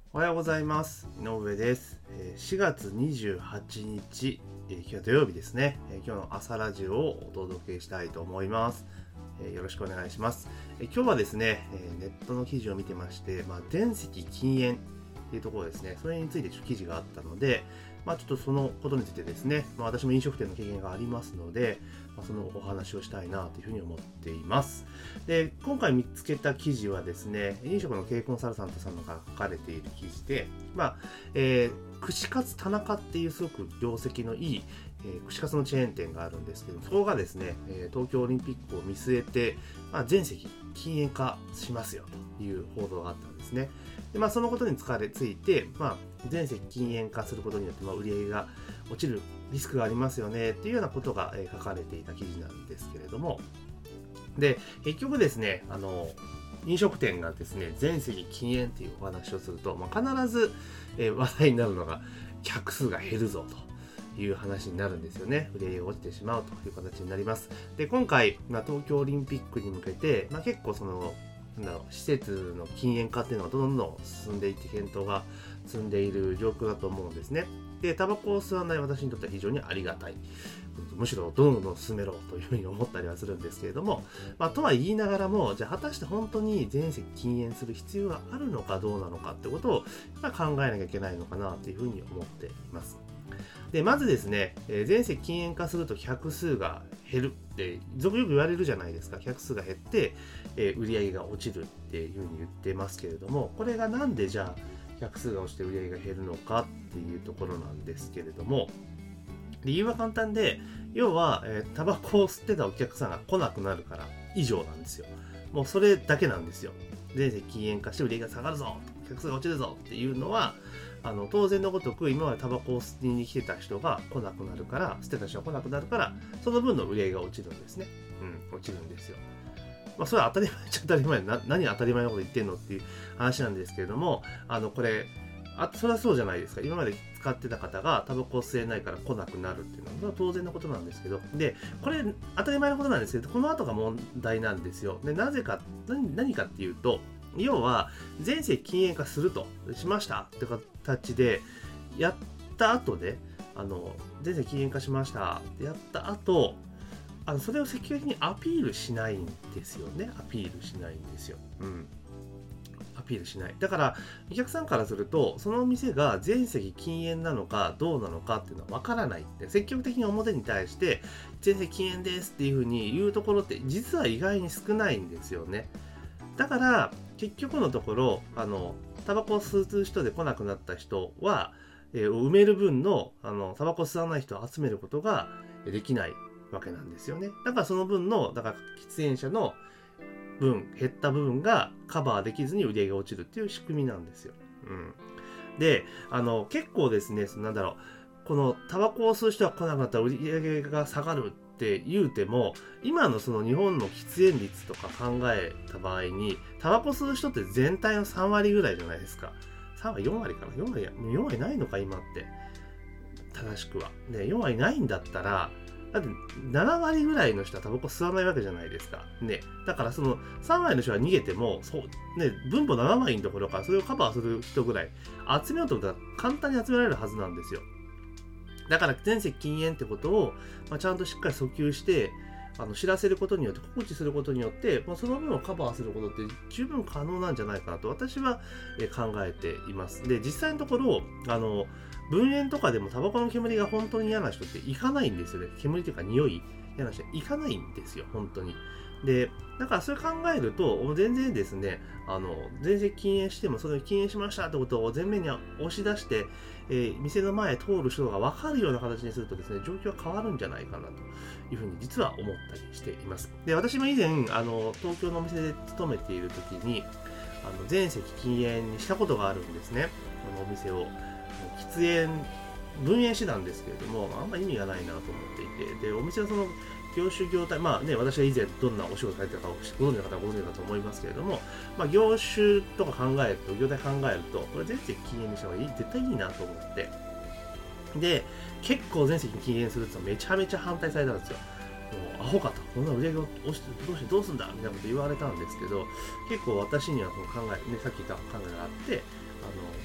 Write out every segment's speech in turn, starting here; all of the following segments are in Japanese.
おはようございます。井上です。4月28日、今日は土曜日ですね。今日の朝ラジオをお届けしたいと思います。よろしくお願いします。今日はですね、ネットの記事を見てまして、全席禁煙っていうところですね、それについて記事があったので、ちょっとそのことについてですね、私も飲食店の経験がありますので、そのお話をしたいなというふうに思っています。で、今回見つけた記事はですね、飲食の経営コンサルタントさんのが書かれている記事で、串カツ田中っていうすごく業績のいい、串カツのチェーン店があるんですけど、そこがですね、東京オリンピックを見据えて、全席禁煙化しますよという報道があったんですね。で、そのことについて、全席禁煙化することによって、売り上げが落ちるリスクがありますよねっていうようなことが書かれていた記事なんですけれども、で、結局ですね、飲食店がですね、全席禁煙っていうお話をすると、必ず、話題になるのが、客数が減るぞという話になるんですよね。売り上げが落ちてしまうという形になります。で、今回、東京オリンピックに向けて、結構施設の禁煙化っていうのがどんどん進んでいって検討が進んでいる状況だと思うんですね。で、タバコを吸わない私にとっては非常にありがたい。むしろどんどん進めろというふうに思ったりはするんですけれども、とは言いながらも、じゃあ果たして本当に全席禁煙する必要があるのかどうなのかってことを考えなきゃいけないのかなというふうに思っています。で、まずですね、全席禁煙化すると客数が減るってよく言われるじゃないですか。客数が減って、売り上げが落ちるっていうふうに言ってますけれども、これがなんでじゃあ客数が落ちて売り上げが減るのかっていうところなんですけれども、理由は簡単で、要は、タバコを吸ってたお客さんが来なくなるから以上なんですよ。もうそれだけなんですよ。全席禁煙化して売り上げが下がるぞ、客数が落ちるぞっていうのは、当然のごとく今までタバコを吸いに来てた人が来なくなるから、吸ってた人が来なくなるから、その分の売り上げが落ちるんですね。落ちるんですよ。それは当たり前っちゃ当たり前何当たり前のこと言ってんのっていう話なんですけれども、これ、それはそうじゃないですか。今まで使ってた方がタバコを吸えないから来なくなるっていうのは当然のことなんですけど、で、これ当たり前のことなんですけど、この後が問題なんですよ。で、なぜか、何かっていうと、要は、全席禁煙化するとしましたって形で、やった後で、全席禁煙化しましたってやった後、それを積極的にアピールしないんですよね。アピールしないんですよ。アピールしない。だから、お客さんからすると、その店が全席禁煙なのかどうなのかっていうのはわからないって、積極的に表に対して、全席禁煙ですっていうふうに言うところって、実は意外に少ないんですよね。だから、結局のところ、タバコを吸う人で来なくなった人は、埋める分の、タバコを吸わない人を集めることができないわけなんですよね。だからその分の、喫煙者の減った部分がカバーできずに売り上げが落ちるっていう仕組みなんですよ。で、結構ですね、このタバコを吸う人が来なくなったら売り上げが下がるって言うても、今のその日本の喫煙率とか考えた場合に、タバコ吸う人って全体の3割ぐらいじゃないですか。3割、4割かな ?4 割ないのか今って。正しくは。ね、4割ないんだったら、だって7割ぐらいの人はタバコ吸わないわけじゃないですか。ね。だからその3割の人が逃げても、分母7割のところからそれをカバーする人ぐらい集めようと思ったら簡単に集められるはずなんですよ。だから全席禁煙ってことを、ちゃんとしっかり訴求して、知らせることによって、告知することによって、その分をカバーすることって十分可能なんじゃないかなと私は考えています。で、実際のところ、分煙とかでもタバコの煙が本当に嫌な人って行かないんですよね。煙というか匂い嫌な人は行かないんですよ、本当に。で、だからそれ考えると、全然ですね、全然禁煙しても、それを禁煙しましたってことを前面に押し出して、店の前通る人が分かるような形にするとですね、状況は変わるんじゃないかなというふうに実は思ったりしています。で、私も以前、東京のお店で勤めている時に、全席禁煙にしたことがあるんですね。お店を。喫煙、分煙してたんですけれども、あんまり意味がないなと思っていて、で、お店のその業種業態、私が以前どんなお仕事されてたかご存知の方はご存知だと思いますけれども、業種とか考えると、業態考えると、これ全席禁煙にした方が絶対いいなと思って、で、結構全席禁煙するってめちゃめちゃ反対されたんですよ。もうアホかと、こんな売り上げを落ちてどうすんだみたいなこと言われたんですけど、結構私にはその考え、さっき言った考えがあって、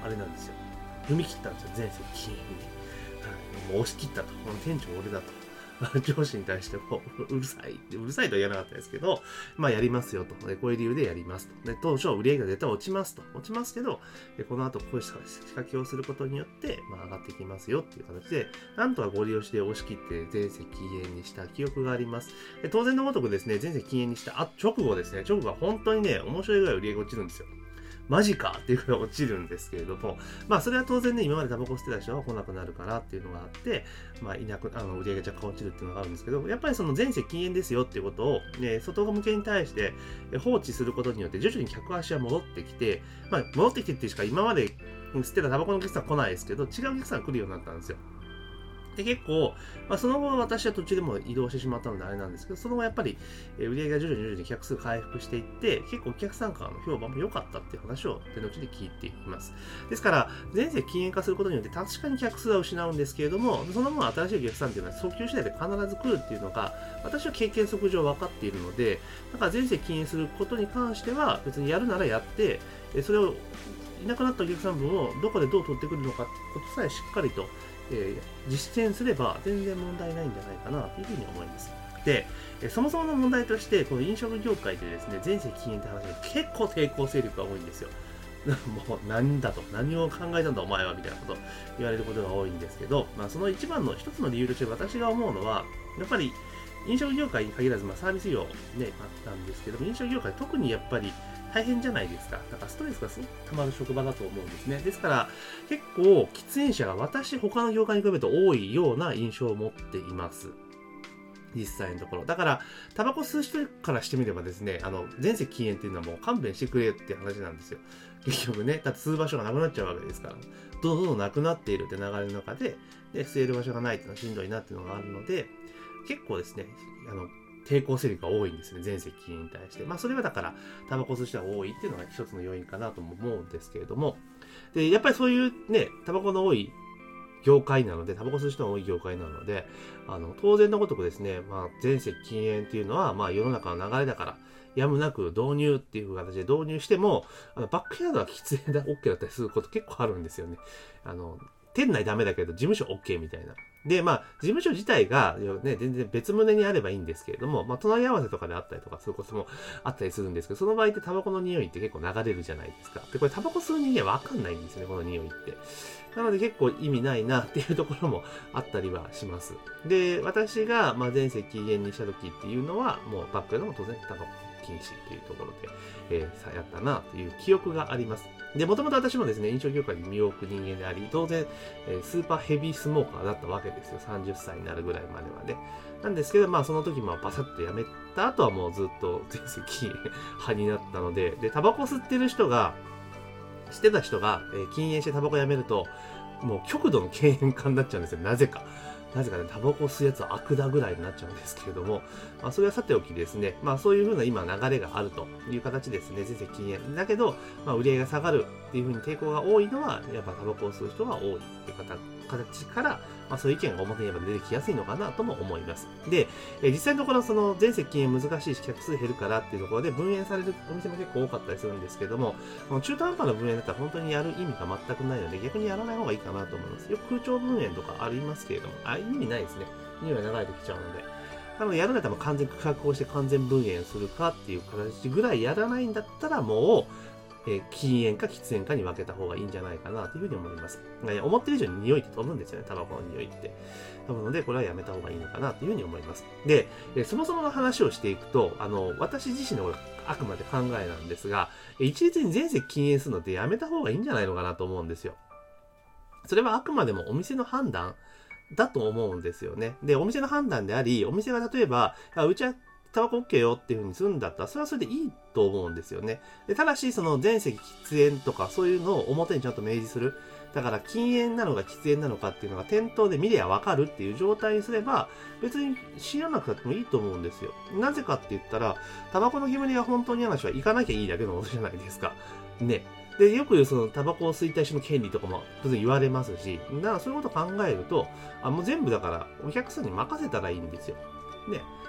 あれなんですよ。踏み切ったんですよ、全席禁煙に。はい、もう押し切ったと。この店長俺だと。上司に対してもうるさいとは言わなかったですけど、まあやりますよと。こういう理由でやりますと。で、当初売り上げが絶対落ちますと。落ちますけど、この後こういう仕掛けをすることによって、まあ上がってきますよっていう形で、なんとかご利用しで押し切って全席禁煙にした記憶があります。で当然のごとくですね、全席禁煙にした直後ですね、直後は本当にね、面白いぐらい売り上げ落ちるんですよ。マジかっていうくらい落ちるんですけれども、まあそれは当然ね、今までタバコ吸ってた人は来なくなるからっていうのがあって、まあ売り上げが若干落ちるっていうのがあるんですけど、やっぱりその全席禁煙ですよっていうことを、ね、外向けに対して放置することによって徐々に客足は戻ってきて、まあ戻ってきてっていうしか今まで吸ってたタバコのお客さんは来ないですけど、違うお客さんが来るようになったんですよ。で、結構、まあ、その後私は途中でも移動してしまったのであれなんですけど、その後やっぱり売り上げが徐々に客数回復していって、結構お客さんからの評判も良かったっていう話を手の内で聞いています。ですから、全席禁煙化することによって確かに客数は失うんですけれども、その分新しいお客さんっていうのは訴求次第で必ず来るっていうのが、私は経験則上分かっているので、だから全席禁煙することに関しては、別にやるならやって、それをいなくなったお客さん分をどこでどう取ってくるのかってことさえしっかりと実践すれば全然問題ないんじゃないかなというふうに思います。で、そもそもの問題として、この飲食業界でですね、全席禁煙って話が結構抵抗勢力が多いんですよ。もう何だと、何を考えたんだお前はみたいなこと言われることが多いんですけど、まあその一つの理由として私が思うのは、やっぱり飲食業界に限らず、まあサービス業ね、あったんですけども、飲食業界特にやっぱり大変じゃないですか。だからストレスがすごく溜まる職場だと思うんですね。ですから、結構喫煙者が他の業界に比べると多いような印象を持っています。実際のところ。だから、タバコ吸う人からしてみればですね、全席禁煙っていうのはもう勘弁してくれって話なんですよ。結局ね、だって吸う場所がなくなっちゃうわけですから。どんどんなくなっているって流れの中で、吸える場所がないっていうのはしんどいなっていうのがあるので、結構ですね、抵抗勢力が多いんですね、全席禁煙に対して。まあ、それはだから、タバコ吸う人が多いっていうのが一つの要因かなとも思うんですけれども、で、やっぱりそういうね、タバコの多い業界なので、タバコ吸う人が多い業界なので、当然のごとくですね、まあ、全席禁煙っていうのは、まあ、世の中の流れだから、やむなく導入っていう形で導入しても、バックヤードは喫煙だ、OK だったりすること結構あるんですよね。店内ダメだけど、事務所 OK みたいな。で、まあ、事務所自体が、ね、全然別棟にあればいいんですけれども、まあ、隣り合わせとかであったりとか、そういうこともあったりするんですけど、その場合ってタバコの匂いって結構流れるじゃないですか。で、これタバコ吸う人間わかんないんですよね、この匂いって。なので結構意味ないなっていうところもあったりはします。で、私が、まあ、全席禁煙にした時っていうのは、もうバックヤードも当然タバコ禁止っていうところで、やったなという記憶があります。で、もともと私もですね、飲食業界に身を置く人間であり、当然、スーパーヘビースモーカーだったわけですよ。30歳になるぐらいまではね。なんですけど、まあその時もバサッとやめた後はもうずっと全席派になったので、で、タバコ吸ってた人が、禁煙してタバコやめると、もう極度の敬遠化になっちゃうんですよ。なぜかね、タバコを吸うやつは悪だぐらいになっちゃうんですけれども、まあ、それはさておきですね、まあ、そういうふうな今流れがあるという形ですね、全席禁煙。だけど、まあ、売り上げが下がるっていうふうに抵抗が多いのは、やっぱタバコを吸う人が多いっていう形から、まあ、そういう意見が表に出てきやすいのかなとも思います。で、実際のところ、その全席禁煙難しいし、客数減るからっていうところで分煙されるお店も結構多かったりするんですけども、中途半端な分煙だったら本当にやる意味が全くないので、逆にやらない方がいいかなと思います。よく空調分煙とかありますけれども、意味ないですね。匂いが流れてきちゃうので。なので、やるんだったら完全区画をして完全分煙するかっていう形ぐらいやらないんだったら、もう、禁煙か喫煙かに分けた方がいいんじゃないかなというふうに思います。思ってる以上に匂いって飛ぶんですよね、タバコの匂いって。飛ぶので、これはやめた方がいいのかなというふうに思います。で、そもそもの話をしていくと、私自身のあくまで考えなんですが、一律に全席禁煙するのってやめた方がいいんじゃないのかなと思うんですよ。それはあくまでもお店の判断だと思うんですよね。で、お店の判断であり、お店が例えば、うちはタバコ OK よっていう風にするんだったら、それはそれでいいと思うんですよね。で、ただし、その全席喫煙とか、そういうのを表にちゃんと明示する。だから、禁煙なのか喫煙なのかっていうのが店頭で見ればわかるっていう状態にすれば、別に知らなくたってもいいと思うんですよ。なぜかって言ったら、タバコの煙が本当に嫌な人は行かなきゃいいだけのことじゃないですか。ね。で、よく言うそのタバコを吸いたい人の権利とかも当然言われますし、だからそういうことを考えると、もう全部だからお客さんに任せたらいいんですよ。ね。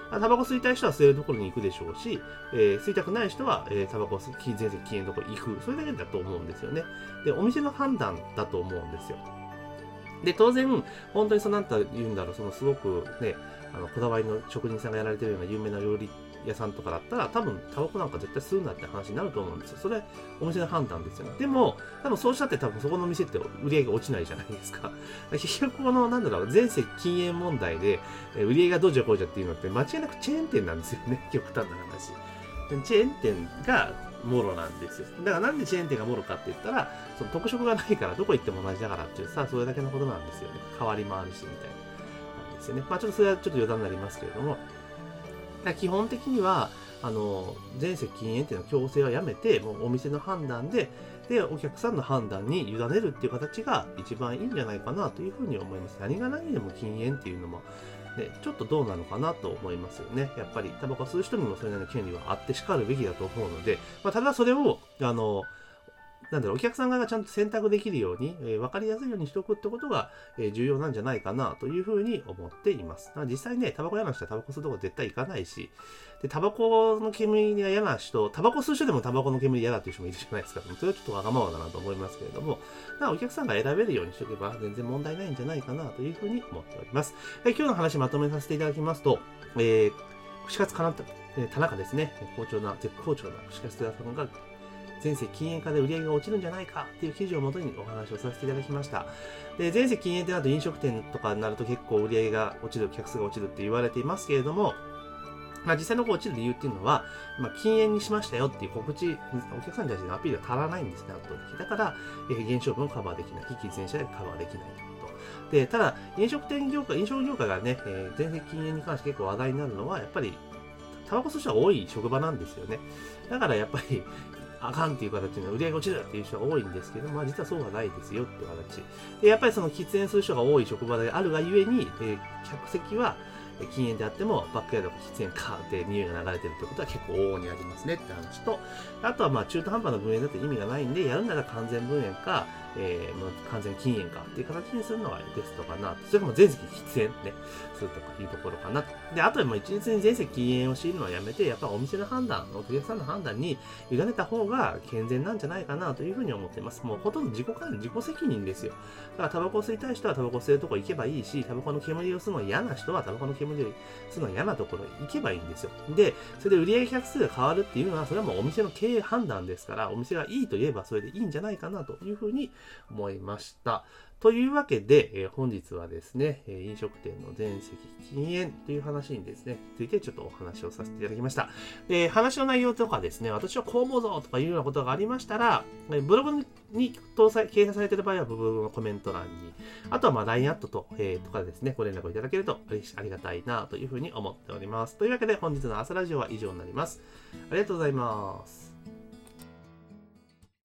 タバコ吸いたい人は吸えるところに行くでしょうし、吸いたくない人は、タバコ全然禁煙のところに行く。それだけだと思うんですよね。で、お店の判断だと思うんですよ。で、当然、本当になんと言うんだろう、すごくね、こだわりの職人さんがやられてるような有名な料理屋さんとかだったら、多分、タバコなんか絶対吸うなって話になると思うんですよ。それ、お店の判断ですよね。でも、多分そうしたって多分そこの店って売り上げが落ちないじゃないですか。結局、全世禁煙問題で、売り上げがどうじゃこうじゃっていうのって、間違いなくチェーン店なんですよね。極端な話。チェーン店が、もろなんですよ。だからなんでチェーン店がもろかって言ったら、特色がないからどこ行っても同じだからっていうさ、それだけのことなんですよね。変わりもあるし、みたいな。なんですよね。まあちょっとそれはちょっと余談になりますけれども、基本的には、全席禁煙っていうのは強制はやめて、もうお店の判断で、お客さんの判断に委ねるっていう形が一番いいんじゃないかなというふうに思います。何が何でも禁煙っていうのも、ね、ちょっとどうなのかなと思いますよね。やっぱり、タバコ吸う人にもそれなりの権利はあってしかるべきだと思うので、ただそれを、お客さん側がちゃんと選択できるように、分かりやすいようにしておくってことが、重要なんじゃないかなというふうに思っています。実際ね、タバコ嫌な人はタバコ吸うとこ絶対行かないし、で、タバコの煙が嫌な人、タバコ吸う人でもタバコの煙嫌だっていう人もいるじゃないですか。それはちょっとわがままだなと思いますけれども、お客さんが選べるようにしておけば全然問題ないんじゃないかなというふうに思っております。今日の話まとめさせていただきますと、串カツ田中ですね、絶好調な串カツ田中さんが全席禁煙化で売り上げが落ちるんじゃないかっていう記事をもとにお話をさせていただきました。で、全席禁煙ってなると飲食店とかになると結構売り上げが落ちる、客数が落ちるって言われていますけれども、実際の落ちる理由っていうのは、禁煙にしましたよっていう告知、お客さんに対してのアピールが足らないんですね、圧倒的。だから、減少分をカバーできない、非喫煙者でカバーできないということ。で、ただ、飲食業界がね、全席禁煙に関して結構話題になるのは、やっぱり、タバコ吸う人が多い職場なんですよね。だからやっぱり、あかんっていう形で売り上げ落ちるっていう人が多いんですけど、実はそうはないですよっていう形。で、やっぱり喫煙する人が多い職場であるがゆえに、客席は禁煙であってもバックヤードが喫煙かで匂いが流れてるってことは結構往々にありますねって話と、あとは中途半端な分煙だって意味がないんで、やるなら完全分煙か、完全禁煙かっていう形にするのがベストかな。それから全席喫煙ね、するというところかな。で、あとは一律に全席禁煙を強いるのはやめて、やっぱお店の判断、お客さんの判断に委ねた方が健全なんじゃないかなというふうに思っています。もうほとんど自己管理、自己責任ですよ。だからタバコを吸いたい人はタバコを吸えるところ行けばいいし、タバコの煙を吸うのが嫌な人はタバコの煙を吸うのが嫌なところ行けばいいんですよ。で、それで売上客数が変わるっていうのは、それはもうお店の経営判断ですから、お店がいいと言えばそれでいいんじゃないかなというふうに思いました。というわけで、本日はですね、飲食店の全席禁煙という話にですね、ついてちょっとお話をさせていただきました。で、話の内容とかですね、私はこう思うぞとかいうようなことがありましたら、ブログに掲載されている場合はブログのコメント欄に、あとはLINE アットとかですね、ご連絡いただけるとありがたいなというふうに思っております。というわけで本日の朝ラジオは以上になります。ありがとうございます。